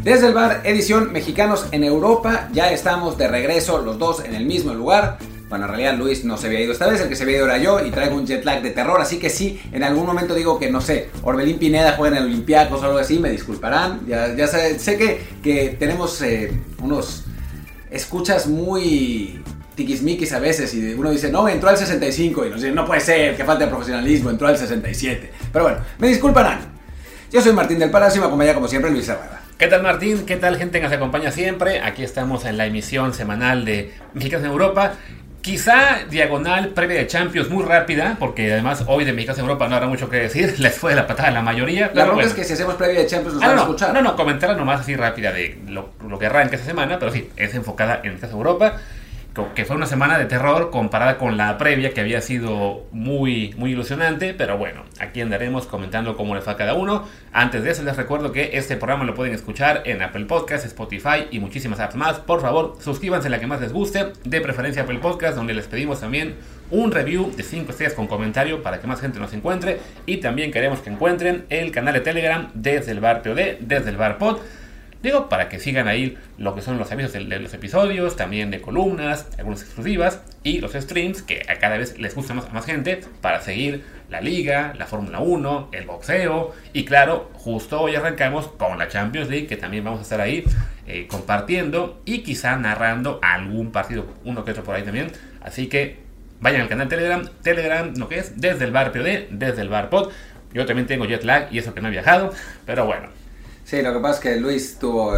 Desde el bar, edición Mexicanos en Europa. Ya estamos de regreso, los dos en el mismo lugar. Bueno, en realidad Luis no se había ido esta vez, el que se había ido era yo, y traigo un jet lag de terror, así que sí, en algún momento digo que, no sé, Orbelín Pineda juega en el Olympiacos o algo así, me disculparán. Ya sé que tenemos unos escuchas muy tiquismiquis a veces, y uno dice, no, entró al 65, y nos dice, no puede ser, que falta de profesionalismo, entró al 67. Pero bueno, me disculparán. Yo soy Martín del Palacio y me acompaña como siempre Luis Herrera. ¿Qué tal, Martín? ¿Qué tal, gente que nos acompaña siempre? Aquí estamos en la emisión semanal de Mexicanos en Europa. Quizá diagonal previa de Champions muy rápida, porque además hoy de Mexicanos en Europa no habrá mucho que decir. Les fue de la patada a la mayoría. La verdad es que si hacemos previa de Champions nos van a escuchar. No, comentarla nomás así rápida de lo que arranca esta semana, pero sí, es enfocada en Mexicanos en Europa, que fue una semana de terror comparada con la previa, que había sido muy, muy ilusionante. Pero bueno, aquí andaremos comentando cómo le fue a cada uno. Antes de eso, les recuerdo que este programa lo pueden escuchar en Apple Podcasts, Spotify y muchísimas apps más. Por favor, suscríbanse a la que más les guste, de preferencia Apple Podcasts, donde les pedimos también un review de 5 estrellas con comentario para que más gente nos encuentre. Y también queremos que encuentren el canal de Telegram Desde el Bar POD, Desde el Bar Pod. Digo, para que sigan ahí lo que son los avisos de los episodios, también de columnas, algunas exclusivas, y los streams, que a cada vez les gusta a más gente, para seguir la Liga, la Fórmula 1, el boxeo, y claro, justo hoy arrancamos con la Champions League, que también vamos a estar ahí compartiendo, y quizá narrando algún partido, uno que otro por ahí también. Así que vayan al canal Telegram, lo que es Desde el Bar POD, Desde el Bar Pod. Yo también tengo jet lag, y eso que no he viajado, pero bueno. Sí, lo que pasa es que Luis tuvo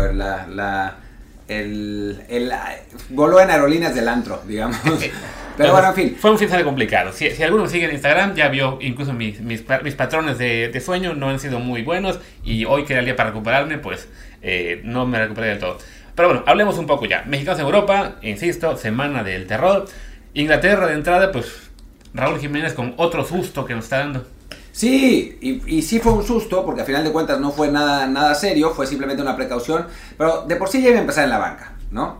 voló en aerolíneas del antro, digamos. Pero bueno, en fin. Fue un fin de semana complicado. Si alguno me sigue en Instagram, ya vio incluso mis patrones de sueño no han sido muy buenos. Y hoy que era el día para recuperarme, pues no me recuperé del todo. Pero bueno, hablemos un poco ya. Mexicanos en Europa, insisto, semana del terror. Inglaterra de entrada, pues Raúl Jiménez con otro susto que nos está dando. Sí, y sí fue un susto, porque al final de cuentas no fue nada serio, fue simplemente una precaución, pero de por sí ya iba a empezar en la banca, ¿no?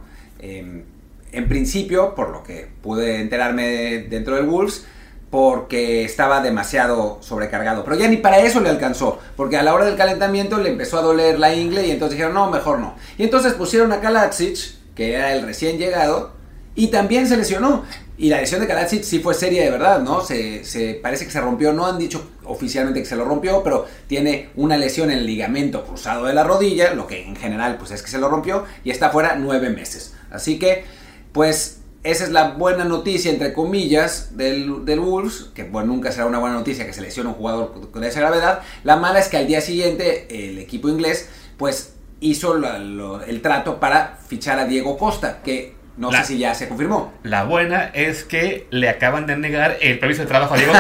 En principio, por lo que pude enterarme dentro del Wolves, porque estaba demasiado sobrecargado, pero ya ni para eso le alcanzó, porque a la hora del calentamiento le empezó a doler la ingle y entonces dijeron, no, mejor no. Y entonces pusieron a Kalajic, que era el recién llegado, y también se lesionó. Y la lesión de Kalajic sí fue seria de verdad, ¿no? Se parece que se rompió, no han dicho oficialmente que se lo rompió, pero tiene una lesión en el ligamento cruzado de la rodilla, lo que en general pues es que se lo rompió, y está fuera 9 meses. Así que, pues, esa es la buena noticia, entre comillas, del Wolves, que bueno, nunca será una buena noticia que se lesione un jugador con esa gravedad. La mala es que al día siguiente el equipo inglés, pues, hizo el trato para fichar a Diego Costa, que no sé si ya se confirmó. La buena es que le acaban de negar el permiso de trabajo a Diego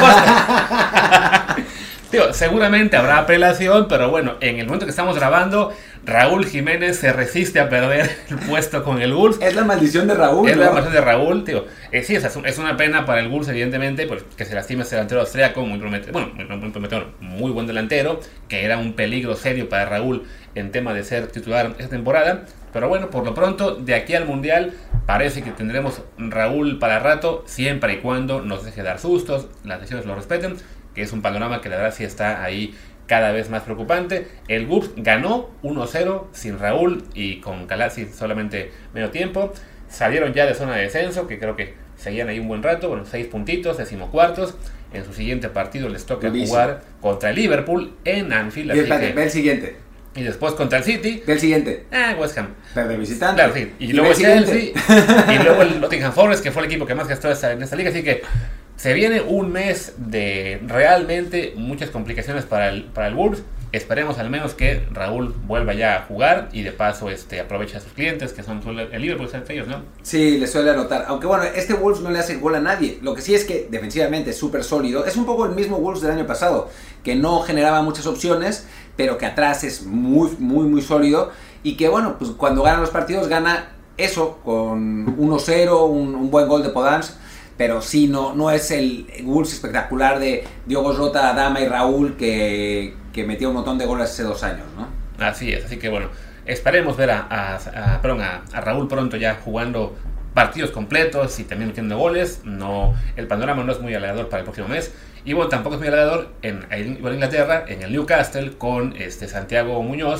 Costa. Digo, seguramente habrá apelación, pero bueno, en el momento que estamos grabando, Raúl Jiménez se resiste a perder el puesto con el Wolves. Es la maldición de Raúl, Es, ¿no? La maldición de Raúl, tío. Sí, es una pena para el Wolves, evidentemente, pues, que se lastime ese delantero austríaco, muy prometedor, muy buen delantero, que era un peligro serio para Raúl en tema de ser titular esta temporada. Pero bueno, por lo pronto, de aquí al Mundial, parece que tendremos Raúl para rato, siempre y cuando nos deje dar sustos, las lesiones lo respeten, que es un panorama que la verdad sí está ahí cada vez más preocupante. El Wolves ganó 1-0 sin Raúl y con Kalajic solamente medio tiempo. Salieron ya de zona de descenso, que creo que seguían ahí un buen rato, bueno, 6 puntitos, 14º. En su siguiente partido les toca jugar contra el Liverpool en Anfield. Ve el siguiente. Y después contra el City. Del siguiente. West Ham. Pero de visitante. Claro, sí. Y luego el Chelsea. Y luego el Nottingham Forest, que fue el equipo que más gastó en esta liga. Así que se viene un mes de realmente muchas complicaciones para el Wolves. Esperemos al menos que Raúl vuelva ya a jugar y de paso aproveche a sus clientes, que son el Liverpool, son ellos, ¿no? Sí, le suele anotar. Aunque bueno, este Wolves no le hace gol a nadie. Lo que sí es que defensivamente es súper sólido. Es un poco el mismo Wolves del año pasado, que no generaba muchas opciones, pero que atrás es muy, muy, muy sólido. Y que bueno, pues cuando gana los partidos gana eso, con 1-0, un buen gol de Podence. Pero sí, no es el Wolves espectacular de Diogo Jota, Adama y Raúl que metió un montón de goles hace 2 años, ¿no? Así es, así que bueno, esperemos ver a Raúl pronto ya jugando partidos completos y también metiendo goles. El panorama no es muy halagador para el próximo mes. Y bueno, tampoco es muy halagador en Inglaterra, en el Newcastle, con Santiago Muñoz,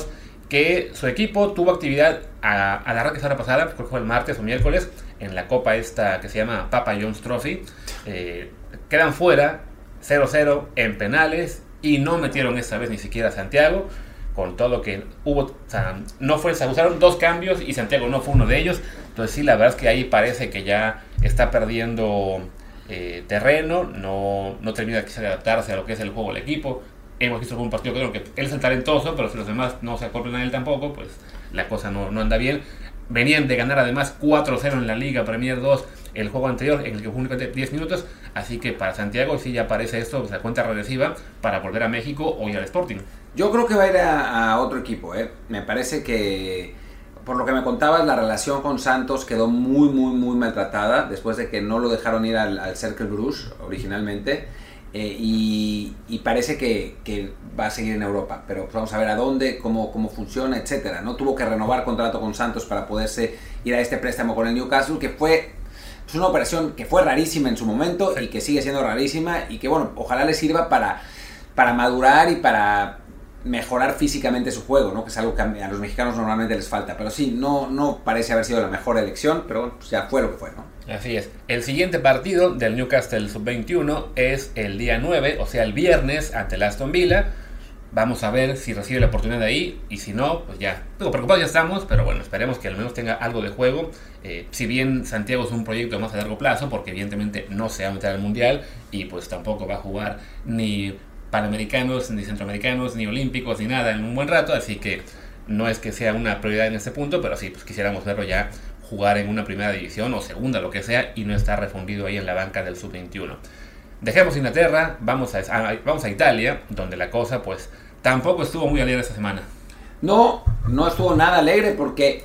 que su equipo tuvo actividad a la que semana pasada, creo que fue el martes o miércoles, en la copa esta que se llama Papa John's Trophy. Quedan fuera 0-0 en penales y no metieron esta vez ni siquiera a Santiago, con todo que hubo, o sea, se usaron 2 cambios y Santiago no fue uno de ellos. Entonces sí, la verdad es que ahí parece que ya está perdiendo terreno, no termina de adaptarse a lo que es el juego del equipo. Hemos visto un partido que él es el talentoso, pero si los demás no se acoplan a él tampoco, pues la cosa no anda bien. Venían de ganar además 4-0 en la Liga Premier 2 el juego anterior, en el que jugó únicamente 10 minutos, así que para Santiago sí ya parece esto, o sea, cuenta regresiva para volver a México o ir al Sporting. Yo creo que va a ir a otro equipo, Me parece que, por lo que me contabas, la relación con Santos quedó muy, muy, muy maltratada después de que no lo dejaron ir al Cercle Bruges originalmente. Y parece que va a seguir en Europa, pero vamos a ver a dónde, cómo funciona, etcétera. No tuvo que renovar contrato con Santos para poderse ir a este préstamo con el Newcastle, que fue una operación que fue rarísima en su momento, sí, y que sigue siendo rarísima, y que bueno, ojalá le sirva para madurar y para mejorar físicamente su juego, ¿no? Que es algo que a los mexicanos normalmente les falta. Pero sí, no parece haber sido la mejor elección, pero bueno, pues ya fue lo que fue, ¿no? Así es. El siguiente partido del Newcastle Sub-21 es el día 9, o sea, el viernes, ante el Aston Villa. Vamos a ver si recibe la oportunidad de ahí, y si no, pues ya, preocupados ya estamos, pero bueno, esperemos que al menos tenga algo de juego. Si bien Santiago es un proyecto más a largo plazo, porque evidentemente no se va a meter al Mundial, y pues tampoco va a jugar ni panamericanos, ni centroamericanos, ni olímpicos, ni nada en un buen rato, así que no es que sea una prioridad en este punto, pero sí, pues quisiéramos verlo ya jugar en una primera división o segunda, lo que sea, y no estar refundido ahí en la banca del Sub-21. Dejemos Inglaterra, vamos a Italia, donde la cosa pues tampoco estuvo muy alegre esta semana. No estuvo nada alegre porque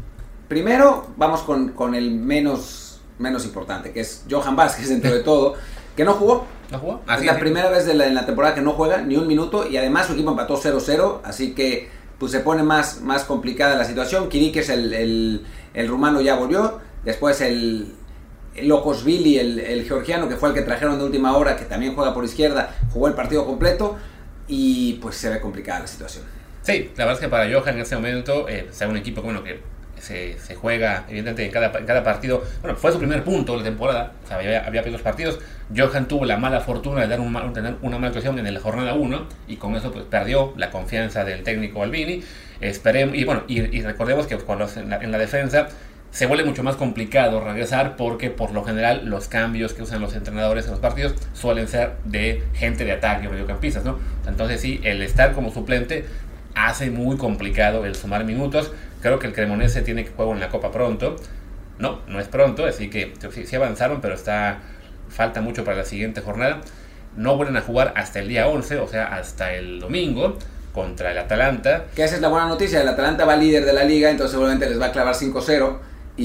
primero vamos con el menos importante, que es Johan Vázquez dentro de todo, que no jugó. ¿No jugó? Es la primera vez en la temporada que no juega ni un minuto, y además su equipo empató 0-0, así que pues se pone más complicada la situación. Kirikes, el rumano, ya volvió. Después el Lokosvili, el georgiano, que fue el que trajeron de última hora, que también juega por izquierda, jugó el partido completo, y pues se ve complicada la situación. Sí, la verdad es que para Johan en este momento, sea un equipo que se juega evidentemente en cada partido. Bueno, fue su primer punto de la temporada, o sea, había pocos partidos. Johan tuvo la mala fortuna de tener una mala actuación en la jornada 1, y con eso pues perdió la confianza del técnico Albini. Esperemos, y recordemos que cuando en la defensa se vuelve mucho más complicado regresar, porque por lo general los cambios que usan los entrenadores en los partidos suelen ser de gente de ataque o mediocampistas, ¿no? Entonces sí, el estar como suplente hace muy complicado el sumar minutos. Creo que el Cremonese tiene que jugar en la Copa pronto. No es pronto, así que sí avanzaron, pero falta mucho para la siguiente jornada. No vuelven a jugar hasta el día 11, o sea, hasta el domingo, contra el Atalanta. Que esa es la buena noticia, el Atalanta va líder de la liga, entonces seguramente les va a clavar 5-0,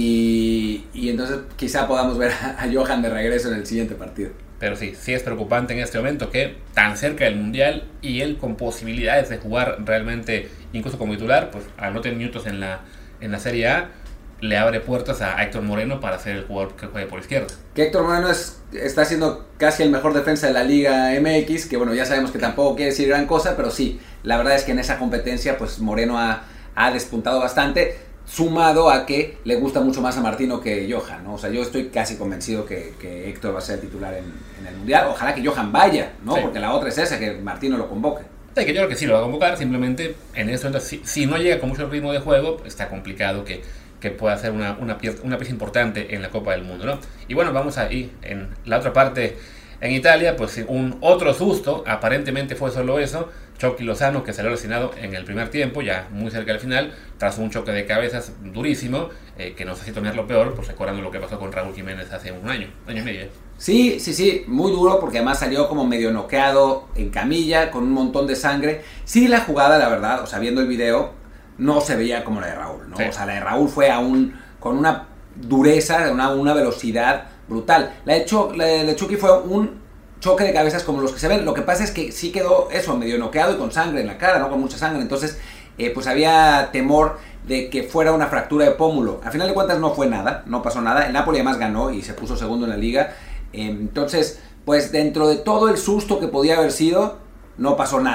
y entonces quizá podamos ver a Johan de regreso en el siguiente partido. Pero sí es preocupante en este momento que tan cerca del Mundial, y él con posibilidades de jugar realmente incluso como titular, pues al no tener minutos en la Serie A, le abre puertas a Héctor Moreno para ser el jugador que juegue por izquierda. Que Héctor Moreno está siendo casi el mejor defensa de la Liga MX, que bueno, ya sabemos que tampoco quiere decir gran cosa, pero sí, la verdad es que en esa competencia pues Moreno ha despuntado bastante, sumado a que le gusta mucho más a Martino que Johan, ¿no? O sea, yo estoy casi convencido que Héctor va a ser titular en el Mundial. Ojalá que Johan vaya, ¿no? Sí. Porque la otra es esa, que Martino lo convoque. Sí, que yo creo que sí lo va a convocar, simplemente en este momento, si no llega con mucho ritmo de juego, está complicado que pueda ser una pieza importante en la Copa del Mundo, ¿no? Y bueno, vamos ahí en la otra parte. En Italia, pues un otro susto, aparentemente fue solo eso. Chucky Lozano, que salió lesionado en el primer tiempo, ya muy cerca del final, tras un choque de cabezas durísimo, que nos hace tomar lo peor, pues recordando lo que pasó con Raúl Jiménez hace un año y medio. Sí, muy duro, porque además salió como medio noqueado en camilla, con un montón de sangre. Sí, la jugada, la verdad, o sea, viendo el video, no se veía como la de Raúl, ¿no? Sí. O sea, la de Raúl fue con una dureza, una velocidad brutal. La de Chucky fue un choque de cabezas como los que se ven. Lo que pasa es que sí quedó eso, medio noqueado y con sangre en la cara, ¿no? Con mucha sangre. Entonces, pues había temor de que fuera una fractura de pómulo. A final de cuentas no fue nada, no pasó nada. El Napoli además ganó y se puso segundo en la liga. Entonces, pues dentro de todo el susto que podía haber sido, no pasó nada.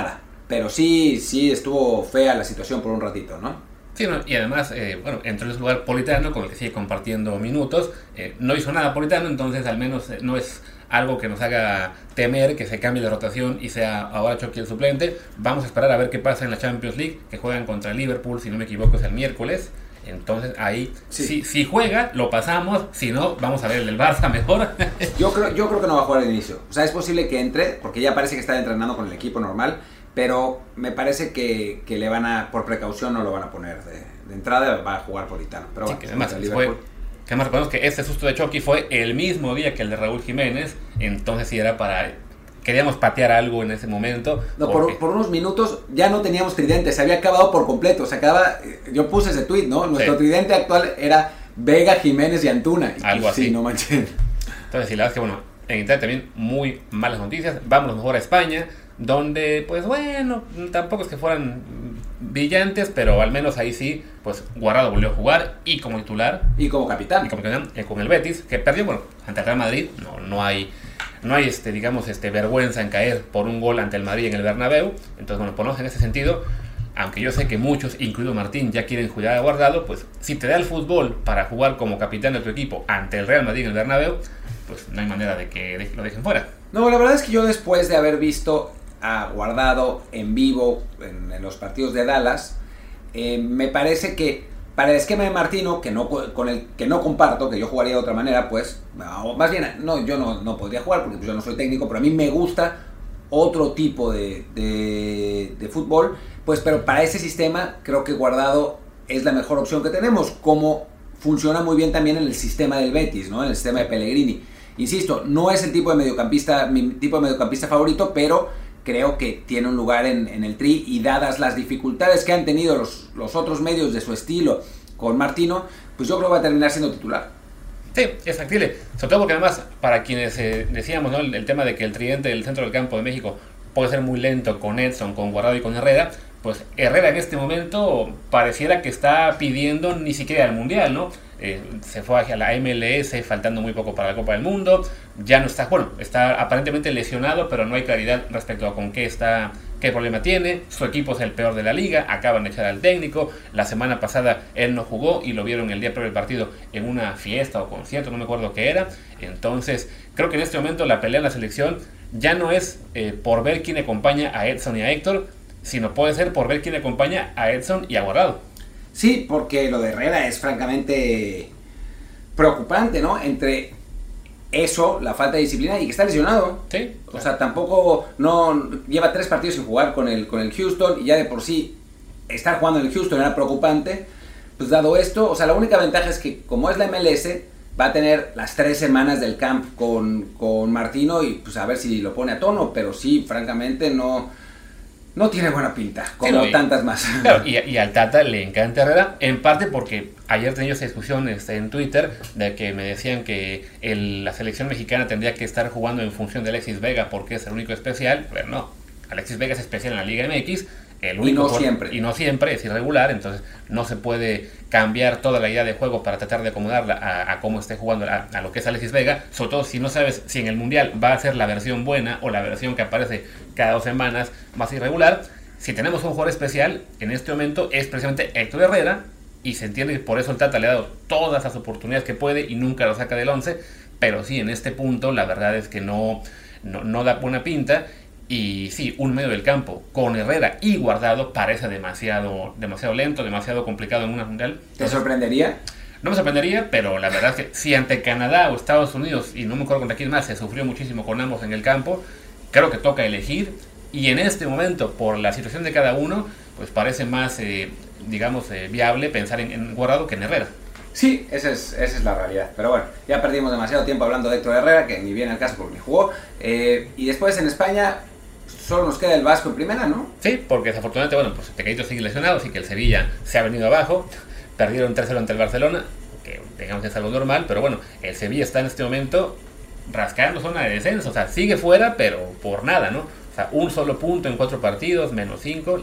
pero sí estuvo fea la situación por un ratito, ¿no? Sí, no, y además, bueno, entró en ese lugar Politano, con el que sigue compartiendo minutos. No hizo nada Politano, entonces al menos no es algo que nos haga temer que se cambie de rotación y sea ahora Chucky el suplente. Vamos a esperar a ver qué pasa en la Champions League, que juegan contra el Liverpool, si no me equivoco, es el miércoles. Entonces ahí, si juega, lo pasamos. Si no, vamos a ver el del Barça mejor. Yo creo que no va a jugar al inicio. O sea, es posible que entre, porque ya parece que está entrenando con el equipo normal, pero me parece que le van a, por precaución, no lo van a poner de entrada, va a jugar Politano. Pero sí, bueno, que además recordemos que este susto de Chucky fue el mismo día que el de Raúl Jiménez, entonces sí era para... Queríamos patear algo en ese momento. No, por unos minutos ya no teníamos tridente, se había acabado por completo. Se acababa, yo puse ese tweet, ¿no? Nuestro tridente actual era Vega, Jiménez y Antuna. Algo así. Sí, no manches. Entonces, sí, la verdad es que, bueno, en Italia también muy malas noticias. Vámonos mejor a España, donde, pues bueno, tampoco es que fueran brillantes, pero al menos ahí sí, pues Guardado volvió a jugar y como titular. Y como capitán. Con el Betis, que perdió, bueno, ante el Real Madrid. No hay digamos, vergüenza en caer por un gol ante el Madrid en el Bernabéu. Entonces, bueno, ponemos en ese sentido, aunque yo sé que muchos, incluido Martín, ya quieren jugar a Guardado, pues si te da el fútbol para jugar como capitán de tu equipo ante el Real Madrid en el Bernabéu, pues no hay manera de que lo dejen fuera. No, la verdad es que yo, después de haber visto a Guardado en vivo en los partidos de Dallas, me parece que para el esquema de Martino, con el que no comparto, que yo jugaría de otra manera, pues, o más bien, no, yo no podría jugar porque pues, yo no soy técnico, pero a mí me gusta otro tipo de fútbol, pues, pero para ese sistema creo que Guardado es la mejor opción que tenemos, como funciona muy bien también en el sistema del Betis, ¿no? En el sistema de Pellegrini. Insisto, no es el tipo de mediocampista, mi tipo de mediocampista favorito, pero creo que tiene un lugar en el Tri, y dadas las dificultades que han tenido los otros medios de su estilo con Martino, pues yo creo que va a terminar siendo titular. Sí, es factible, sobre todo porque además, para quienes decíamos, ¿no? el tema de que el tridente del centro del campo de México puede ser muy lento con Edson, con Guardado y con Herrera, pues Herrera en este momento pareciera que está pidiendo ni siquiera el Mundial, ¿no? Se fue a la MLS faltando muy poco para la Copa del Mundo, ya no está, bueno, está aparentemente lesionado, pero no hay claridad respecto a con qué problema tiene. Su equipo es el peor de la liga, acaban de echar al técnico, la semana pasada él no jugó y lo vieron el día previo del partido en una fiesta o concierto, no me acuerdo qué era. Entonces creo que en este momento la pelea en la selección ya no es por ver quién acompaña a Edson y a Héctor, sino puede ser por ver quién acompaña a Edson y a Guardado. Sí, porque lo de Herrera es francamente preocupante, ¿no? Entre eso, la falta de disciplina y que está lesionado. Sí. O sea, tampoco lleva 3 partidos sin jugar con el Houston, y ya de por sí estar jugando en el Houston era preocupante. Pues dado esto, o sea, la única ventaja es que como es la MLS, va a tener las 3 semanas del camp con Martino, y pues a ver si lo pone a tono, pero sí, francamente no tiene buena pinta, como tantas más. Claro, y al Tata le encanta Herrera, en parte porque ayer tenía esa discusión en Twitter, de que me decían que la selección mexicana tendría que estar jugando en función de Alexis Vega porque es el único especial, pero no, Alexis Vega es especial en la Liga MX, y no siempre es irregular, entonces no se puede cambiar toda la idea de juego para tratar de acomodarla a cómo esté jugando a lo que es Alexis Vega, sobre todo si no sabes si en el Mundial va a ser la versión buena o la versión que aparece cada 2 semanas más irregular. Si tenemos un jugador especial en este momento es precisamente Héctor Herrera, y se entiende que por eso el Tata le ha dado todas las oportunidades que puede y nunca lo saca del 11, pero sí, en este punto la verdad es que no da buena pinta. Y sí, un medio del campo con Herrera y Guardado parece demasiado lento, demasiado complicado en una Mundial. ¿Te sorprendería? No me sorprendería, pero la verdad es que si ante Canadá o Estados Unidos, y no me acuerdo contra quién más, se sufrió muchísimo con ambos en el campo, creo que toca elegir. Y en este momento, por la situación de cada uno, pues parece más, viable pensar en Guardado que en Herrera. Sí, esa es la realidad. Pero bueno, ya perdimos demasiado tiempo hablando de Héctor Herrera, que ni viene al caso porque ni jugó. Y después en España solo nos queda el Vasco en primera, ¿no? Sí, porque desafortunadamente, bueno, pues Tecatito sigue lesionado, así que el Sevilla se ha venido abajo. Perdieron 3-0 ante el Barcelona, que digamos que es algo normal, pero bueno, el Sevilla está en este momento rascando zona de descenso, o sea, sigue fuera, pero por nada, ¿no? O sea, un solo punto en 4 partidos, menos 5.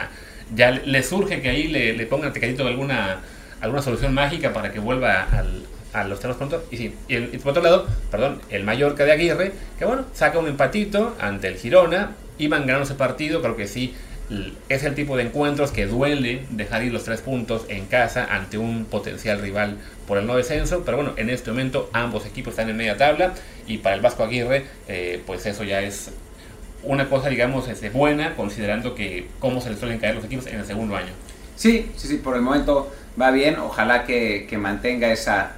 Ya le surge que ahí le pongan a Tecatito alguna solución mágica para que vuelva a los temas pronto. Y sí, y por otro lado, el Mallorca de Aguirre, que bueno, saca un empatito ante el Girona, iban ganando ese partido, creo que sí, es el tipo de encuentros que duele dejar ir los 3 puntos en casa ante un potencial rival por el no descenso, pero bueno, en este momento ambos equipos están en media tabla y para el Vasco Aguirre pues eso ya es una cosa, digamos, buena, considerando que cómo se les suelen caer los equipos en el segundo año. Sí, por el momento va bien, ojalá que mantenga esa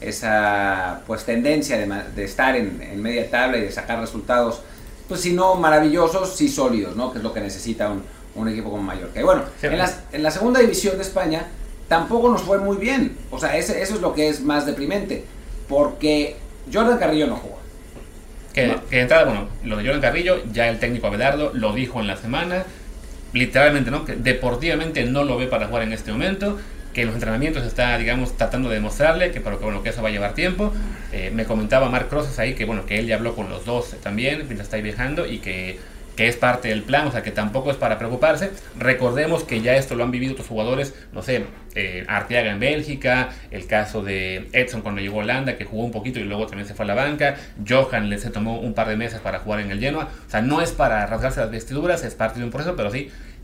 pues tendencia de estar en media tabla y de sacar resultados, pues si no maravillosos, sí sólidos, ¿no? Que es lo que necesita un equipo como Mallorca. Y bueno, sí, en la segunda división de España tampoco nos fue muy bien, o sea, eso es lo que es más deprimente, porque Jordan Carrillo no jugó. Que de entrada, bueno, lo de Jordan Carrillo, ya el técnico Abelardo lo dijo en la semana, literalmente, ¿no? Que deportivamente no lo ve para jugar en este momento, que en los entrenamientos está, digamos, tratando de demostrarle que que eso va a llevar tiempo. Me comentaba Marc Crosses ahí que, bueno, que él ya habló con los dos también, mientras está ahí viajando, y que es parte del plan, o sea, que tampoco es para preocuparse. Recordemos que ya esto lo han vivido otros jugadores, no sé, Arteaga en Bélgica, el caso de Edson cuando llegó a Holanda, que jugó un poquito y luego también se fue a la banca. Johan se tomó un par de meses para jugar en el Genoa. O sea, no es para rasgarse las vestiduras, es parte de un proceso, pero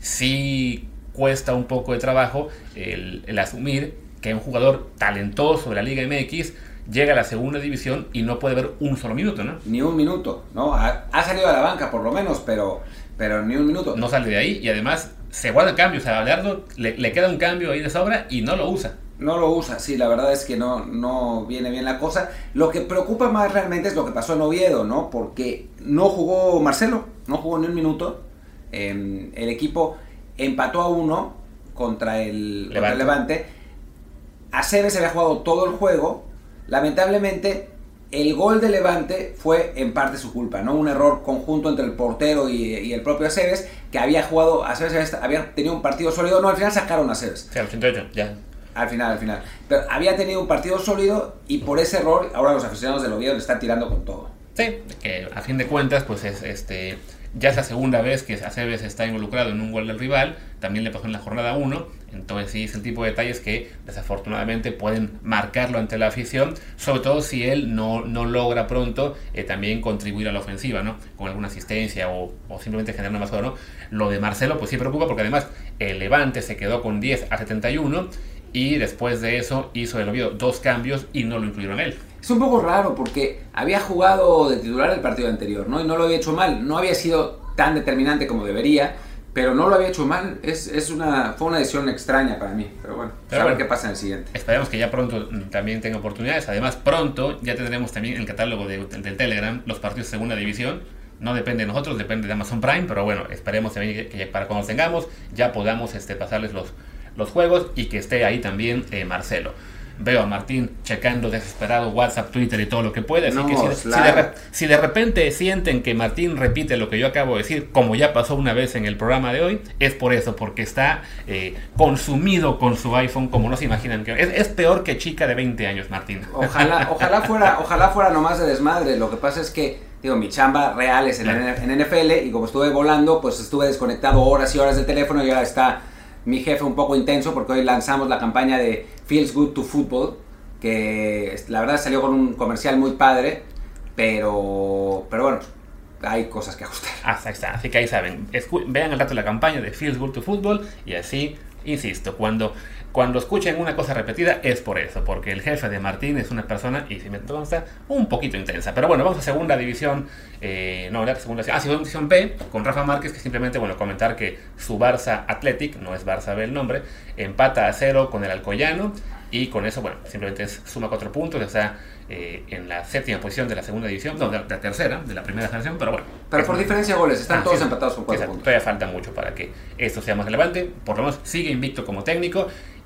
sí cuesta un poco de trabajo el asumir que un jugador talentoso de la Liga MX llega a la segunda división y no puede ver un solo minuto, ¿no? Ni un minuto, ¿no? Ha salido a la banca por lo menos, pero ni un minuto. No sale de ahí y además se guarda el cambio. O sea, a Abelardo le queda un cambio ahí de sobra y no lo usa. No lo usa, sí, la verdad es que no viene bien la cosa. Lo que preocupa más realmente es lo que pasó en Oviedo, ¿no? Porque no jugó Marcelo, no jugó ni un minuto. El equipo empató a 1 contra el Levante. Aceves había jugado todo el juego. Lamentablemente, el gol de Levante fue en parte su culpa, ¿no? Un error conjunto entre el portero y el propio Aceves, que había jugado, Aceves había tenido un partido sólido. No, al final sacaron a Aceves. Sí, al 88, ya. Al final. Pero había tenido un partido sólido y por ese error, ahora los aficionados del Oviedo le están tirando con todo. Sí, que a fin de cuentas, pues ya es la segunda vez que Aceves está involucrado en un gol del rival, también le pasó en la jornada 1, entonces sí es el tipo de detalles que desafortunadamente pueden marcarlo ante la afición, sobre todo si él no logra pronto también contribuir a la ofensiva, ¿no? Con alguna asistencia o simplemente generar una más juego, ¿no? Lo de Marcelo pues sí preocupa porque además el Levante se quedó con 10-71 y después de eso hizo el Oviedo 2 cambios y no lo incluyeron él. Es un poco raro porque había jugado de titular el partido anterior, ¿no? Y no lo había hecho mal. No había sido tan determinante como debería, pero no lo había hecho mal. Fue una decisión extraña para mí. Pero bueno, a ver qué pasa en el siguiente. Esperemos que ya pronto también tenga oportunidades. Además, pronto ya tendremos también en el catálogo del Telegram los partidos de segunda división. No depende de nosotros, depende de Amazon Prime, pero bueno, esperemos también que para cuando los tengamos ya podamos pasarles los juegos y que esté ahí también Marcelo. Veo a Martín checando desesperado WhatsApp, Twitter y todo lo que puede. Así que si de repente sienten que Martín repite lo que yo acabo de decir, como ya pasó una vez en el programa de hoy, es por eso, porque está consumido con su iPhone como no se imaginan. Que es peor que chica de 20 años, Martín. Ojalá fuera nomás de desmadre. Lo que pasa es que, mi chamba real es en NFL y como estuve volando, pues estuve desconectado horas y horas del teléfono y ahora está mi jefe un poco intenso porque hoy lanzamos la campaña de Feels Good to Football, que la verdad salió con un comercial muy padre, pero bueno, hay cosas que ajustar. Ahí está, así que ahí saben, vean al rato la campaña de Feels Good to Football y así, insisto, cuando escuchen una cosa repetida es por eso, porque el jefe de Martín es una persona, y si me consta, un poquito intensa. Pero bueno, vamos a segunda división, segunda división B, con Rafa Márquez, que simplemente, comentar que su Barça Athletic, no es Barça B el nombre, empata a 0 con el Alcoyano, y con eso, simplemente suma 4 puntos, o sea, en la séptima posición de la segunda división, no, de la tercera, de la primera generación, pero bueno. Pero por diferencia de goles, están todos empatados con 4 puntos. Todavía falta mucho para que esto sea más relevante, por lo menos sigue invicto como técnico.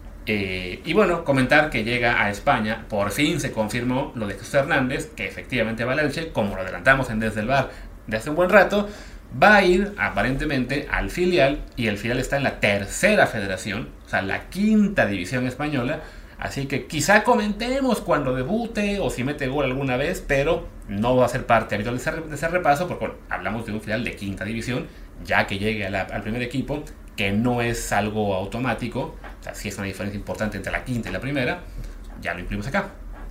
Y bueno, comentar que llega a España, por fin se confirmó lo de Jesús Hernández, que efectivamente va al Elche, como lo adelantamos en Desde el Bar de hace un buen rato, va a ir aparentemente al filial, y el filial está en la tercera federación, o sea, la quinta división española, así que quizá comentemos cuando debute o si mete gol alguna vez, pero no va a ser parte habitual de ese repaso, porque hablamos de un filial de quinta división, ya que llegue al primer equipo, que no es algo automático, o sea, sí es una diferencia importante entre la quinta y la primera, ya lo incluimos acá.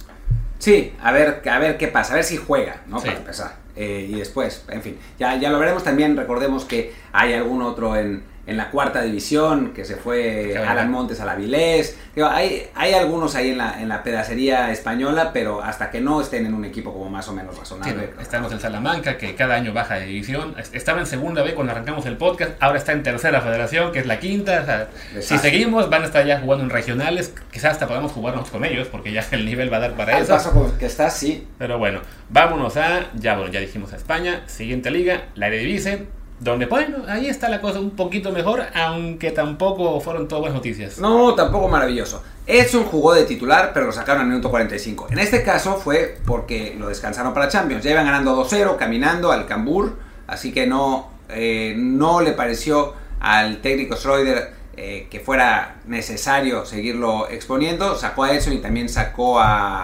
Sí, a ver qué pasa, a ver si juega, ¿no? Sí. Para empezar. Y después, en fin, ya lo veremos. También recordemos que hay algún otro en en la cuarta división, que se fue Alan Montes al Avilés. Digo, hay algunos ahí en la pedacería española, pero hasta que no estén en un equipo como más o menos razonable. Sí, estamos en Salamanca, que cada año baja de división. Estaba en segunda B cuando arrancamos el podcast, ahora está en tercera federación, que es la quinta. O sea, si seguimos, van a estar ya jugando en regionales. Quizás hasta podamos jugarnos con ellos, porque ya el nivel va a dar para eso. El paso con que está, sí. Pero bueno, vámonos ya dijimos a España. Siguiente liga, la Eredivisie, donde, bueno, ahí está la cosa un poquito mejor, aunque tampoco fueron todas buenas noticias. No, tampoco maravilloso. Edson jugó de titular, pero lo sacaron al minuto 45. En este caso fue porque lo descansaron para Champions. Ya iban ganando 2-0, caminando al Cambur, así que no le pareció al técnico Schreuder que fuera necesario seguirlo exponiendo. Sacó a Edson y también sacó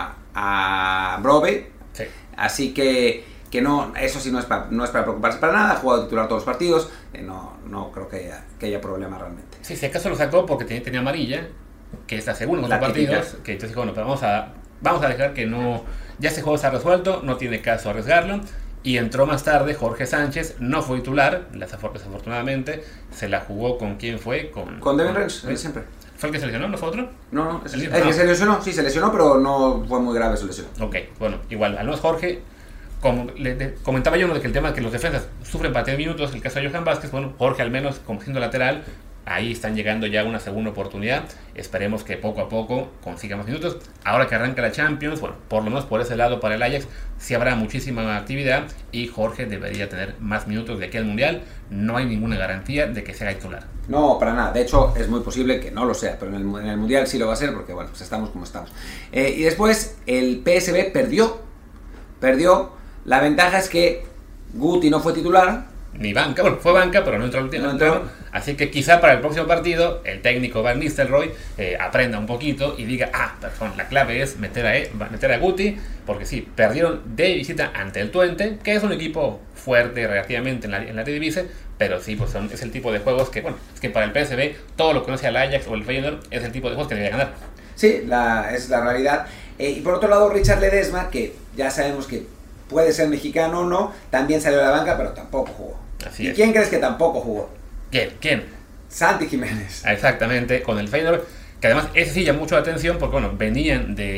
a Brobbey. Sí. Así que no, eso sí no es para preocuparse para nada. Ha jugado titular todos los partidos. No creo que haya problema realmente. Sí, si acaso lo sacó porque tenía amarilla, que está seguro en los partidos, que entonces dijo, bueno, pero vamos a dejar que no, ya ese juego está resuelto, no tiene caso arriesgarlo. Y entró más tarde Jorge Sánchez, no fue titular, desafortunadamente, se la jugó con quién fue, con Devin Renz, siempre. ¿Fue el que se lesionó, no fue otro? No, el que se lesionó, sí se lesionó, pero no fue muy grave su lesión. Ok, bueno, igual, al menos Jorge, como comentaba yo, de que el tema de que los defensas sufren para 10 minutos, el caso de Johan Vázquez, bueno, Jorge al menos como siendo lateral, ahí están llegando ya a una segunda oportunidad. Esperemos que poco a poco consiga más minutos. Ahora que arranca la Champions, bueno, por lo menos por ese lado para el Ajax sí habrá muchísima actividad y Jorge debería tener más minutos de aquí al Mundial. No hay ninguna garantía de que sea titular. No, para nada. De hecho, es muy posible que no lo sea, pero en el Mundial sí lo va a ser porque, bueno, pues estamos como estamos. Y después el PSV perdió. La ventaja es que Guti no fue titular. Ni banca, bueno, fue banca, pero no entró al último. Así que quizá para el próximo partido el técnico Van Nistelrooy aprenda un poquito y diga, perdón, la clave es meter a Guti, porque sí, perdieron de visita ante el Twente, que es un equipo fuerte relativamente en la Eredivisie, pero sí, pues es el tipo de juegos que, bueno, es que para el PSV, todo lo que no sea el Ajax o el Feyenoord es el tipo de juegos que debería ganar. Sí, es la realidad. Y por otro lado, Richard Ledesma, que ya sabemos que puede ser mexicano o no, también salió de la banca, pero tampoco jugó. Así es. ¿Quién crees que tampoco jugó? ¿Quién? Santi Jiménez. Exactamente, con el Feyenoord, que además ese sí llamó mucho la atención porque, bueno, venía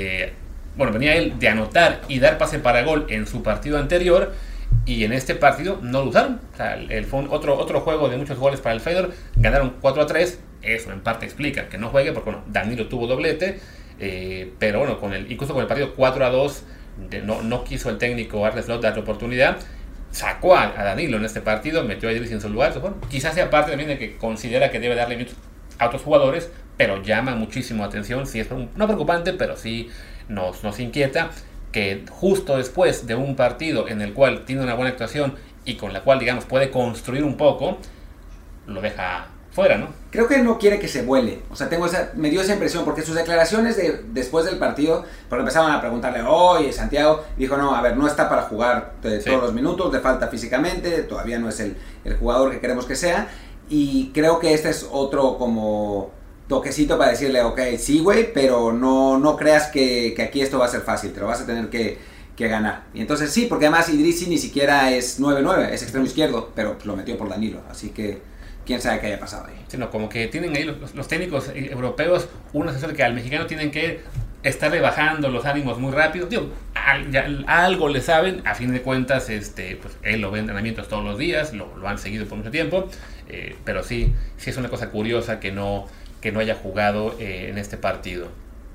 él de anotar y dar pase para gol en su partido anterior y en este partido no lo usaron. O sea, fue otro juego de muchos goles para el Feyenoord, ganaron 4-3, eso en parte explica que no juegue porque, bueno, Danilo tuvo doblete, pero bueno, incluso con el partido 4-2, no quiso el técnico Arne Slot darle oportunidad. Sacó a Danilo en este partido, metió a Idris en su lugar. Bueno, quizás sea parte también de que considera que debe darle minutos a otros jugadores, pero llama muchísimo atención. Sí, es no preocupante, pero sí nos inquieta que justo después de un partido en el cual tiene una buena actuación y con la cual, digamos, puede construir un poco, lo deja fuera, ¿no? Creo que no quiere que se vuele. O sea, me dio esa impresión, porque sus declaraciones después del partido, porque empezaban a preguntarle, oye, Santiago, dijo, no, a ver, no está para jugar todos los minutos, le falta físicamente, todavía no es el jugador que queremos que sea, y creo que este es otro como toquecito para decirle, ok, sí, güey, pero no creas que aquí esto va a ser fácil, te lo vas a tener que ganar. Y entonces sí, porque además Idrissi ni siquiera es 9-9, es extremo izquierdo, pero lo metió por Danilo, así que quién sabe qué haya pasado ahí. Sino como que tienen ahí los técnicos europeos una sensación de que al mexicano tienen que estarle bajando los ánimos muy rápido. Digo, algo le saben, a fin de cuentas, pues él lo ve en entrenamientos todos los días, lo han seguido por mucho tiempo, pero sí es una cosa curiosa que no haya jugado en este partido.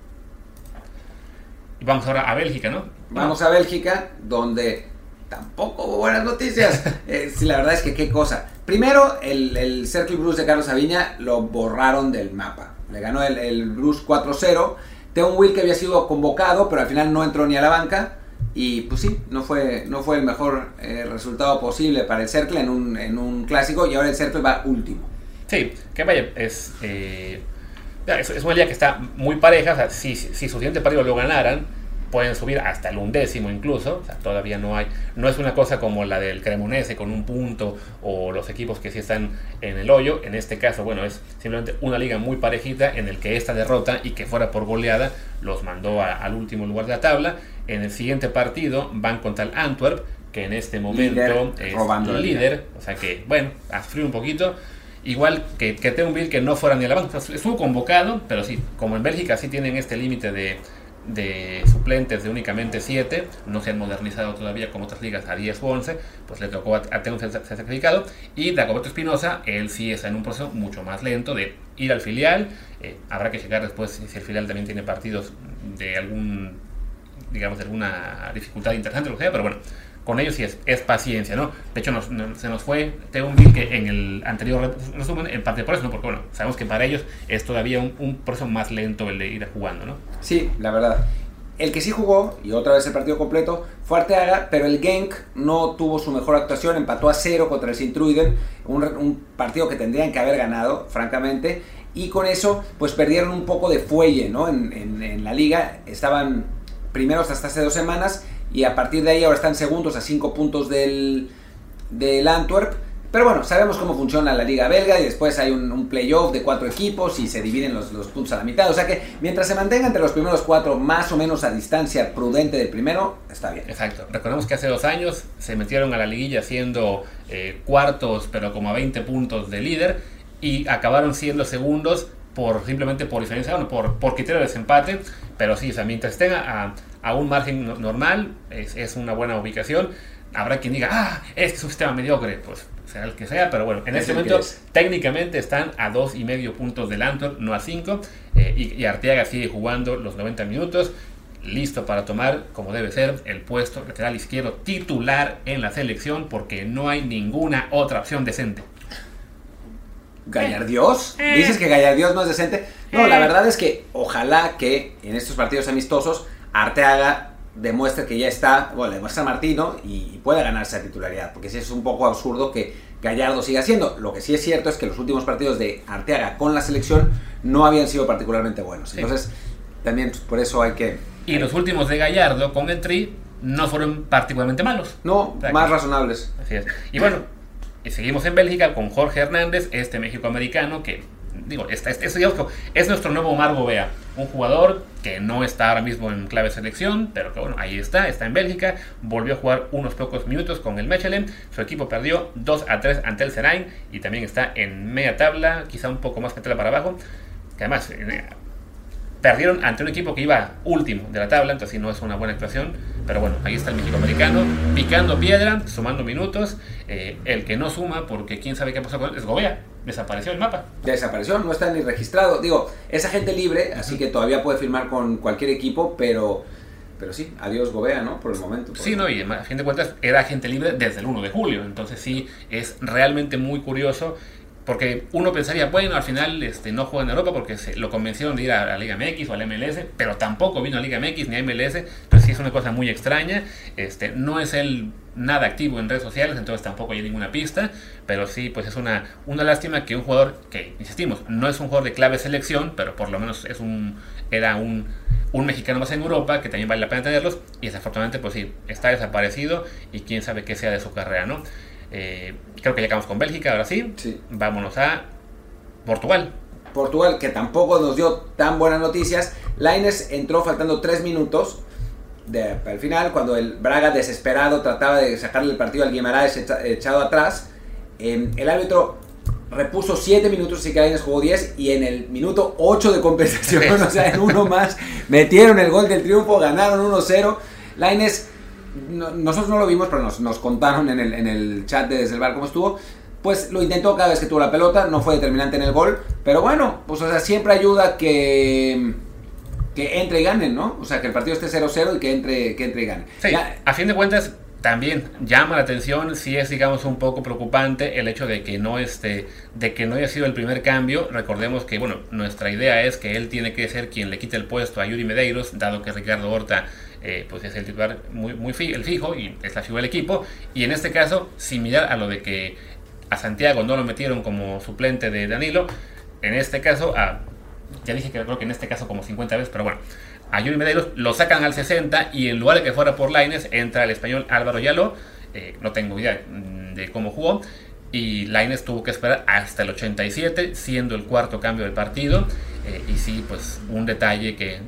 Y vamos ahora a Bélgica, ¿no? Vamos a Bélgica, donde tampoco hubo buenas noticias. Sí, la verdad es que qué cosa. Primero, el Cercle Bruges de Carlos Sabiña lo borraron del mapa. Le ganó el Bruges 4-0. Theo Will, que había sido convocado, pero al final no entró ni a la banca. Y pues sí, no fue el mejor resultado posible para el Cercle en un clásico. Y ahora el Cercle va último. Sí, que vaya, es una liga que está muy pareja. O sea, si su siguiente partido lo ganaran, pueden subir hasta el 11º incluso. O sea, todavía no es una cosa como la del Cremonese con un punto o los equipos que sí están en el hoyo. En este caso, bueno, es simplemente una liga muy parejita en el que esta derrota y que fuera por goleada los mandó al último lugar de la tabla. En el siguiente partido van contra el Antwerp, que en este momento es líder, o sea que, bueno, a sufrir un poquito. igual que Thionville, que no fuera ni a la banca. Estuvo convocado, pero sí, como en Bélgica sí tienen este límite de suplentes de únicamente 7, no se han modernizado todavía como otras ligas a 10 o 11, pues le tocó a Thionville ser sacrificado. Y Dagoberto Espinosa, él sí está en un proceso mucho más lento de ir al filial. Habrá que checar después si el filial también tiene partidos de de alguna dificultad interesante, lo que sea, pero bueno, con ellos sí es paciencia, ¿no? De hecho, se nos fue Thionville, que en el anterior resumen, en parte por eso, ¿no? Porque bueno, sabemos que para ellos es todavía un proceso más lento el de ir jugando, ¿no? Sí, la verdad. El que sí jugó, y otra vez el partido completo, fue Arteaga, pero el Genk no tuvo su mejor actuación, empató a 0 contra el Sint-Truiden, un partido que tendrían que haber ganado, francamente, y con eso, pues perdieron un poco de fuelle, ¿no? En la liga, estaban primeros hasta hace 2 semanas, y a partir de ahí ahora están segundos a 5 puntos del Antwerp. Pero bueno, sabemos cómo funciona la liga belga y después hay un playoff de 4 equipos y se dividen los puntos a la mitad. O sea que mientras se mantenga entre los primeros 4 más o menos a distancia prudente del primero, está bien. Exacto. Recordemos que hace 2 años se metieron a la liguilla siendo cuartos, pero como a 20 puntos de líder, y acabaron siendo segundos simplemente por diferencia, bueno, por criterio de desempate. Pero sí, o sea, mientras estén a un margen normal, es una buena ubicación. Habrá quien diga, es que es un sistema mediocre, pues será el que sea, pero bueno, en este momento técnicamente están a 2,5 puntos del Antwerp, no a 5, y Arteaga sigue jugando los 90 minutos, listo para tomar, como debe ser, el puesto lateral izquierdo titular en la selección, porque no hay ninguna otra opción decente. ¿Gallardiós? ¿Dices que Gallardiós no es decente? No, la verdad es que ojalá que en estos partidos amistosos Arteaga demuestre que ya está, bueno, le muestra a Martino y pueda ganarse la titularidad, porque sí es un poco absurdo que Gallardo siga haciendo. Lo que sí es cierto es que los últimos partidos de Arteaga con la selección no habían sido particularmente buenos. Sí. Entonces, también por eso hay que... Y los últimos de Gallardo con el Tri no fueron particularmente malos. No, o sea, más razonables. Así es. Y bueno, seguimos en Bélgica con Jorge Hernández, este México-americano que... es nuestro nuevo Omar Gobea, un jugador que no está ahora mismo en clave selección, pero que bueno, ahí está en Bélgica, volvió a jugar unos pocos minutos con el Mechelen, su equipo perdió 2-3 ante el Seraing y también está en media tabla, quizá un poco más que tabla para abajo, que además perdieron ante un equipo que iba último de la tabla, entonces sí no es una buena actuación, pero bueno, ahí está el México-americano, picando piedra, sumando minutos. El que no suma, porque quién sabe qué pasó con él, es Gobea, desapareció el mapa. Desapareció, no está ni registrado, digo, es agente libre, así que todavía puede firmar con cualquier equipo, pero sí, adiós Gobea, ¿no? Por el momento. Sí, no, y a fin de cuentas era agente libre desde el 1 de julio, entonces sí, es realmente muy curioso. Porque uno pensaría, bueno, al final no juega en Europa porque lo convencieron de ir a la Liga MX o a la MLS, pero tampoco vino a Liga MX ni a MLS, entonces sí es una cosa muy extraña. No es él nada activo en redes sociales, entonces tampoco hay ninguna pista, pero sí, pues es una lástima que un jugador que, insistimos, no es un jugador de clave selección, pero por lo menos era un mexicano más en Europa, que también vale la pena tenerlos, y desafortunadamente, pues sí, está desaparecido y quién sabe qué sea de su carrera, ¿no? Creo que ya acabamos con Bélgica, ahora sí. Vámonos a Portugal, que tampoco nos dio tan buenas noticias. Lainez entró faltando 3 minutos al final, cuando el Braga desesperado trataba de sacarle el partido al Guimaraes echado atrás. El árbitro repuso 7 minutos, así que Lainez jugó 10, y en el minuto 8 de compensación, o sea, en uno más, metieron el gol del triunfo, ganaron 1-0. Lainez, nosotros no lo vimos, pero nos contaron en el chat de Desde el Bar cómo estuvo. Pues lo intentó cada vez que tuvo la pelota, no fue determinante en el gol, pero bueno, pues o sea, siempre ayuda que entre y ganen, ¿no? O sea, que el partido esté 0-0 y que entre y gane. Sí, a fin de cuentas también llama la atención, sí es, digamos, un poco preocupante el hecho de que no haya sido el primer cambio. Recordemos que, bueno, nuestra idea es que él tiene que ser quien le quite el puesto a Yuri Medeiros, dado que Ricardo Horta pues es el titular el fijo y es la figura del equipo, y en este caso, similar a lo de que a Santiago no lo metieron como suplente de Danilo, en este caso, ya dije que creo que en este caso como 50 veces, pero bueno, a Yuri Medeiros lo sacan al 60 y en lugar de que fuera por Lainez entra el español Álvaro Yaló. No tengo idea de cómo jugó, y Lainez tuvo que esperar hasta el 87, siendo el cuarto cambio del partido. Y sí, pues un detalle que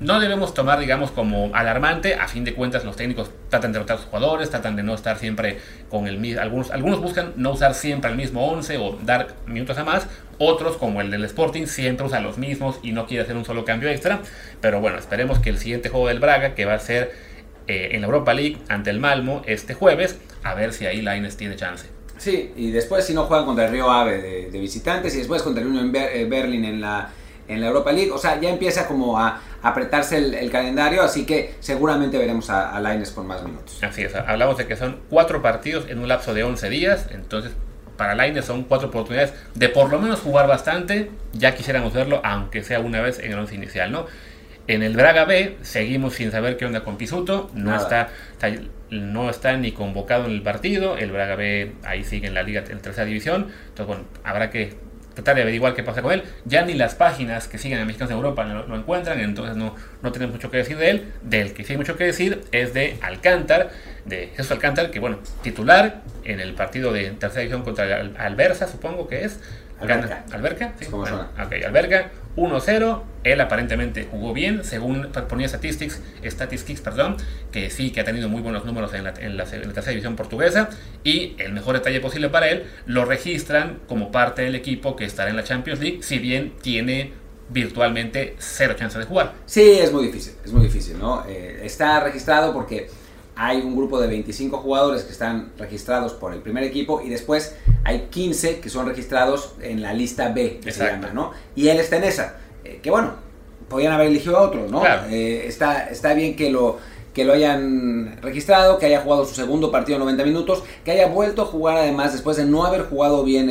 no debemos tomar, digamos, como alarmante. A fin de cuentas, los técnicos tratan de rotar a sus jugadores, tratan de no estar siempre con el mismo. Algunos buscan no usar siempre el mismo 11 o dar minutos a más. Otros, como el del Sporting, siempre usan los mismos y no quiere hacer un solo cambio extra. Pero bueno, esperemos que el siguiente juego del Braga, que va a ser en la Europa League ante el Malmo este jueves, a ver si ahí Lainez tiene chance. Sí, y después si no juegan contra el Río Ave de visitantes y después contra el Union Berlin en la Europa League, o sea, ya empieza como a apretarse el calendario, así que seguramente veremos a Lainez con más minutos. Así es, hablamos de que son 4 partidos en un lapso de 11 días, entonces para Lainez son 4 oportunidades de por lo menos jugar bastante. Ya quisiéramos verlo, aunque sea una vez en el 11 inicial, ¿no? En el Braga B seguimos sin saber qué onda con Pisuto, no está ni convocado en el partido. El Braga B ahí sigue en la liga en tercera división, entonces bueno, habrá que tratar de averiguar qué pasa con él. Ya ni las páginas que siguen a Mexicanos de Europa lo encuentran, entonces no tenemos mucho que decir de él. Del que sí hay mucho que decir es de Alcántar, de Jesús Alcántar, que bueno, titular en el partido de tercera división contra el Alversa, supongo que es. ¿Alberca? Sí, bueno, ok, Alberca 1-0. Él aparentemente jugó bien, según ponía Statistics, que sí, que ha tenido muy buenos números en la tercera división portuguesa. Y el mejor detalle posible para él, lo registran como parte del equipo que estará en la Champions League, si bien tiene virtualmente 0 chances de jugar. Sí, es muy difícil, ¿no? Está registrado porque hay un grupo de 25 jugadores que están registrados por el primer equipo y después hay 15 que son registrados en la lista B, que se llama, ¿no? Y él está en esa, que bueno, podían haber elegido a otro, ¿no? Claro. Está bien que lo hayan registrado, que haya jugado su segundo partido 90 minutos, que haya vuelto a jugar además después de no haber jugado bien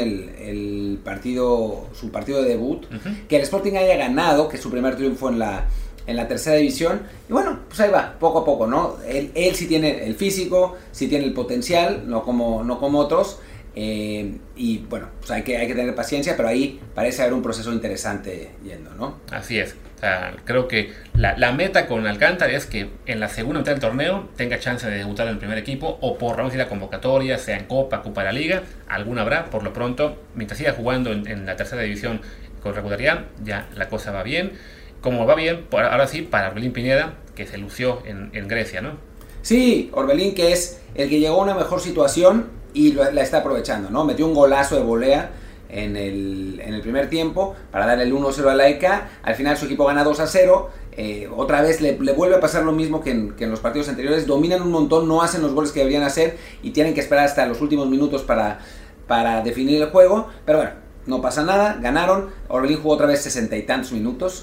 su partido de debut, que el Sporting haya ganado, que es su primer triunfo en la tercera división, y bueno, pues ahí va, poco a poco, ¿no? Él sí tiene el físico, sí tiene el potencial, no como otros, y bueno, pues hay que tener paciencia, pero ahí parece haber un proceso interesante yendo, ¿no? Así es, o sea, creo que la meta con Alcántara es que en la segunda mitad del torneo tenga chance de debutar en el primer equipo, o por lo menos ir a convocatoria, sea en Copa de la Liga, alguna habrá. Por lo pronto, mientras siga jugando en la tercera división con regularidad, ya la cosa va bien. Como va bien, ahora sí, para Orbelín Pineda, que se lució en Grecia, ¿no? Sí, Orbelín, que es el que llegó a una mejor situación y la está aprovechando, ¿no? Metió un golazo de volea en el primer tiempo para darle el 1-0 a la EK. Al final su equipo gana 2-0. Otra vez le vuelve a pasar lo mismo que en los partidos anteriores. Dominan un montón, no hacen los goles que deberían hacer y tienen que esperar hasta los últimos minutos para definir el juego. Pero bueno, no pasa nada, ganaron. Orbelín jugó otra vez 60 y tantos minutos.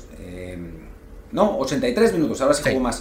83 minutos, ahora sí jugó más.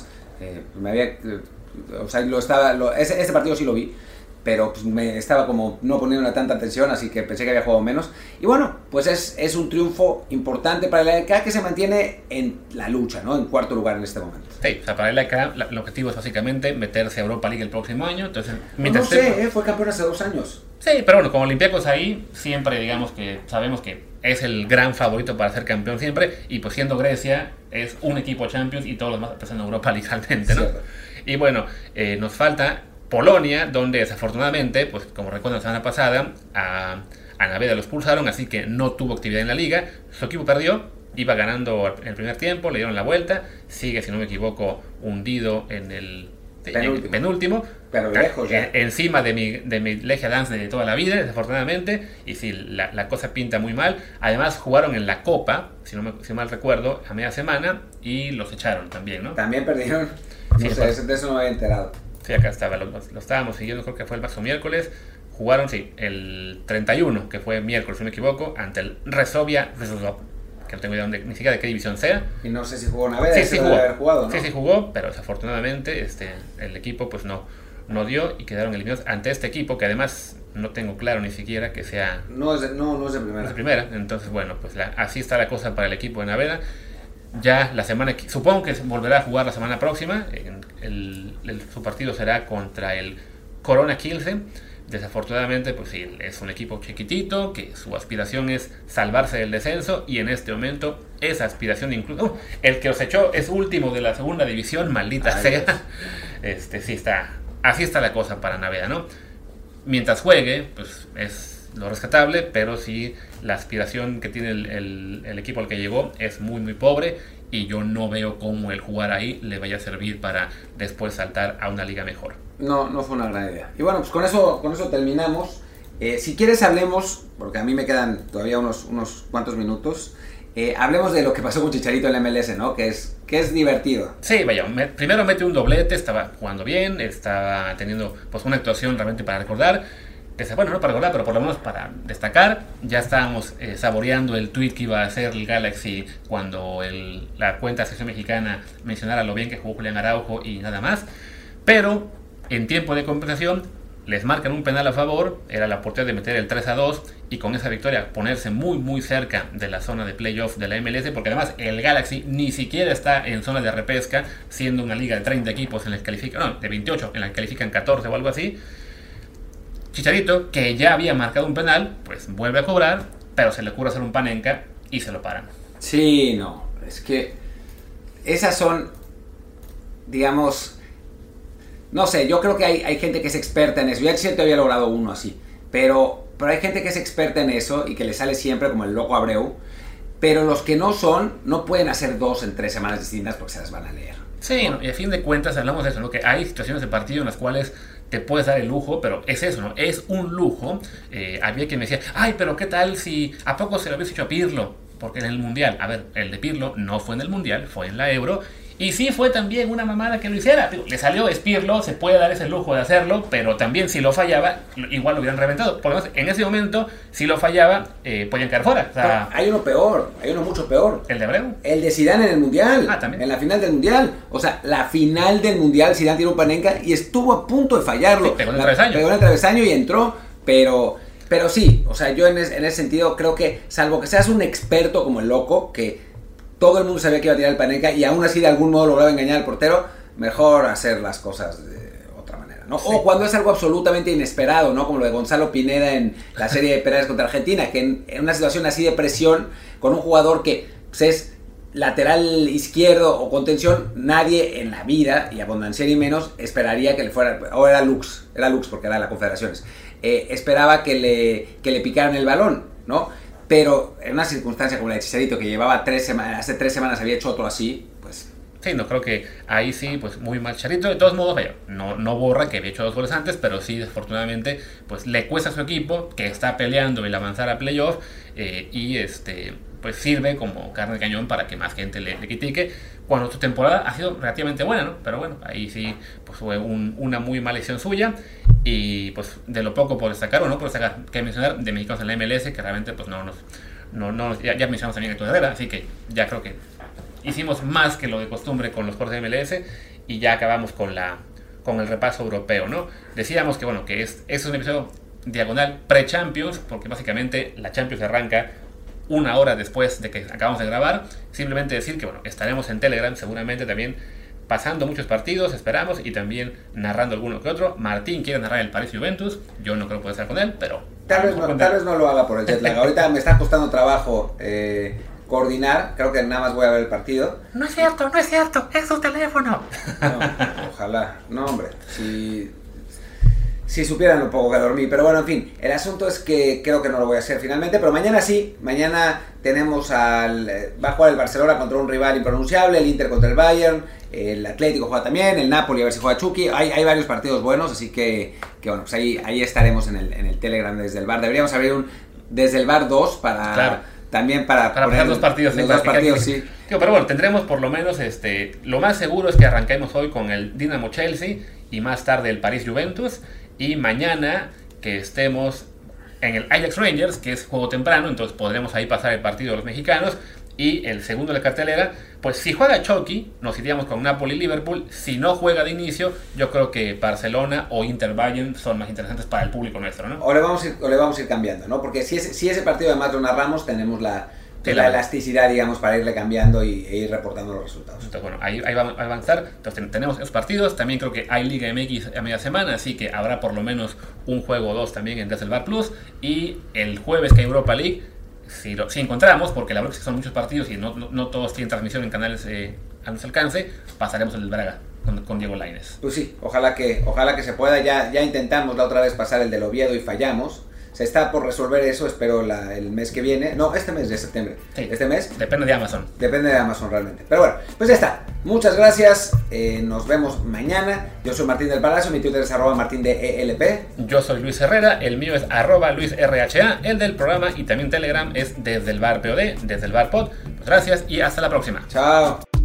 Este partido sí lo vi, pero pues me estaba como no poniendo tanta atención, así que pensé que había jugado menos. Y bueno, pues es un triunfo importante para el AEK, que se mantiene en la lucha, ¿no? En cuarto lugar en este momento. Sí, o sea, para el AEK el objetivo es básicamente meterse a Europa League el próximo año. Entonces, fue campeón hace 2 años. Sí, pero bueno, como Olympiacos ahí, siempre digamos que sabemos que es el gran favorito para ser campeón siempre, y pues siendo Grecia, es un equipo Champions y todos los demás están en Europa League realmente, ¿no? Cierto. Y bueno, nos falta Polonia, donde desafortunadamente, pues como recuerdan la semana pasada, a Naveda lo expulsaron, así que no tuvo actividad en la liga. Su equipo perdió, iba ganando en el primer tiempo, le dieron la vuelta, sigue, si no me equivoco, hundido en el penúltimo, pero lejos ya. Encima de mi Legia Dance de toda la vida, desafortunadamente, y sí, la cosa pinta muy mal. Además jugaron en la Copa, si mal recuerdo, a media semana, y los echaron también, ¿no? También perdieron, de eso no me había enterado. Sí, acá estaba, lo estábamos siguiendo, creo que fue el marzo miércoles. Jugaron, sí, el 31, que fue miércoles, si no me equivoco, ante el Resovia, que no tengo idea ni siquiera de qué división sea. Y no sé si jugó Naveda, sí jugó. Haber jugado, ¿no? Sí jugó, pero desafortunadamente el equipo pues no dio y quedaron eliminados ante este equipo, que además no tengo claro ni siquiera que sea... No es de primera. No es de primera, entonces bueno, pues así está la cosa para el equipo de Naveda. Ya la semana, supongo que volverá a jugar la semana próxima. Su partido será contra el Corona Kielce. Desafortunadamente, pues sí, es un equipo chiquitito, que su aspiración es salvarse del descenso, y en este momento esa aspiración incluso... el que los echó es último de la segunda división, maldita sea. Sí está, así está la cosa para Naveda, ¿no? Mientras juegue, pues es lo rescatable, pero sí la aspiración que tiene el equipo al que llegó es muy muy pobre, y yo no veo cómo el jugar ahí le vaya a servir para después saltar a una liga mejor. No fue una gran idea. Y bueno, pues con eso terminamos. Si quieres hablemos, porque a mí me quedan todavía unos cuantos minutos, hablemos de lo que pasó con Chicharito en la MLS, ¿no? Que es divertido. Sí, vaya, primero mete un doblete, estaba jugando bien, estaba teniendo pues una actuación realmente para recordar. Bueno, no para recordar, pero por lo menos para destacar. Ya estábamos saboreando el tweet que iba a hacer el Galaxy cuando la cuenta de Selección Mexicana mencionara lo bien que jugó Julián Araujo y nada más. Pero en tiempo de compensación les marcan un penal a favor, era la oportunidad de meter el 3-2 y con esa victoria ponerse muy muy cerca de la zona de playoff de la MLS, porque además el Galaxy ni siquiera está en zona de repesca, siendo una liga de 30 equipos en la que califican, de 28 en la que califican 14 o algo así. Chicharito, que ya había marcado un penal, pues vuelve a cobrar, pero se le ocurre hacer un Panenka y se lo paran. Sí, no, es que esas son, digamos, no sé, yo creo que hay gente que es experta en eso. Ya Chicharito había logrado uno así, pero hay gente que es experta en eso y que le sale siempre como el loco Abreu, pero los que no son, no pueden hacer 2 en 3 semanas distintas porque se las van a leer. Sí, ¿no? Y a fin de cuentas hablamos de eso, ¿no? Que hay situaciones de partido en las cuales te puedes dar el lujo, pero es eso, ¿no? Es un lujo. Había quien me decía, ay, pero ¿qué tal si a poco se lo habías hecho a Pirlo? Porque en el Mundial, a ver, el de Pirlo no fue en el Mundial, fue en la Euro. Y sí fue también una mamada que lo hiciera. Le salió, es Pirlo, se puede dar ese lujo de hacerlo, pero también si lo fallaba, igual lo hubieran reventado. Por lo menos en ese momento, si lo fallaba, podían caer fuera. O sea, hay uno peor, hay uno mucho peor. ¿El de Abreu? El de Zidane en el Mundial. También. En la final del Mundial. O sea, la final del Mundial, Zidane tiró un Panenka y estuvo a punto de fallarlo. Sí, pegó en el travesaño. Pegó en el travesaño y entró, pero sí, o sea, yo en ese sentido creo que, salvo que seas un experto como el loco, que todo el mundo sabía que iba a tirar el Panenka y aún así de algún modo lograba engañar al portero, mejor hacer las cosas de otra manera, ¿no? Sí. O cuando es algo absolutamente inesperado, ¿no? Como lo de Gonzalo Pineda en la serie de penales contra Argentina, que en una situación así de presión, con un jugador que pues, es lateral izquierdo o contención, nadie en la vida, y a Bondancieri menos, esperaría que le fuera, o era Lux porque era de la Confederaciones, esperaba que le picaran el balón, ¿no? Pero en una circunstancia como la de Chicharito, que llevaba hace 3 semanas había hecho otro así, pues... Sí, no, creo que ahí sí, pues muy mal Chicharito. De todos modos, vaya, no borra que había hecho 2 goles antes, pero sí, desafortunadamente, pues le cuesta a su equipo, que está peleando el avanzar a playoff, y pues sirve como carne de cañón para que más gente le critique, cuando su temporada ha sido relativamente buena, ¿no? Pero bueno, ahí sí, pues fue una muy mala decisión suya. Y pues de lo poco por destacar o no por destacar, que mencionar de mexicanos en la MLS, que realmente pues ya mencionamos también a tu Herrera, así que ya creo que hicimos más que lo de costumbre con los jugadores de MLS y ya acabamos con el repaso europeo, ¿no? Decíamos que bueno, que es un episodio diagonal pre-Champions, porque básicamente la Champions arranca 1 hora después de que acabamos de grabar. Simplemente decir que bueno, estaremos en Telegram seguramente también pasando muchos partidos, esperamos, y también narrando alguno que otro. Martín quiere narrar el París Juventus, yo no creo que pueda estar con él, pero... Tal vez no lo haga por el jet lag. Ahorita me está costando trabajo coordinar, creo que nada más voy a ver el partido. No es cierto, es su teléfono. No, ojalá, no hombre, si supieran lo poco que dormí, pero bueno, en fin, el asunto es que creo que no lo voy a hacer finalmente, pero mañana sí, mañana tenemos va a jugar el Barcelona contra un rival impronunciable, el Inter contra el Bayern, el Atlético juega también, el Napoli a ver si juega Chucky, hay varios partidos buenos, así que bueno, pues ahí estaremos en el Telegram desde el bar, deberíamos abrir desde el bar 2 para... Claro. También para poner 2 partidos. Los 2 partidos, sí. Pero bueno, tendremos por lo menos, lo más seguro es que arranquemos hoy con el Dinamo Chelsea y más tarde el París Juventus. Y mañana que estemos en el Ajax Rangers, que es juego temprano, entonces podremos ahí pasar el partido de los mexicanos. Y el segundo de la cartelera, pues si juega Chucky, nos iríamos con Napoli y Liverpool. Si no juega de inicio, yo creo que Barcelona o Inter Bayern son más interesantes para el público nuestro, ¿no? O le vamos a ir cambiando, ¿no? Porque si ese partido además lo narramos, tenemos la elasticidad, digamos, para irle cambiando e ir reportando los resultados. Entonces, bueno, ahí vamos a avanzar. Entonces tenemos esos partidos. También creo que hay Liga MX a media semana, así que habrá por lo menos un juego o 2 también en Desde el Bar Plus. Y el jueves que hay Europa League, si encontramos, porque la verdad es que son muchos partidos y no todos tienen transmisión en canales a nuestro alcance, pasaremos el del Braga con Diego Lainez. Pues sí, ojalá que se pueda. Ya intentamos la otra vez pasar el del Oviedo y fallamos. Se está por resolver eso, espero el mes que viene. No, este mes de septiembre. Sí. Este mes. Depende de Amazon. Depende de Amazon realmente. Pero bueno, pues ya está. Muchas gracias. Nos vemos mañana. Yo soy Martín del Palacio. Mi Twitter es @martindelp. Yo soy Luis Herrera. El mío es @LuisRHA. El del programa y también Telegram es desde el bar POD, desde el bar pod. Pues gracias y hasta la próxima. Chao.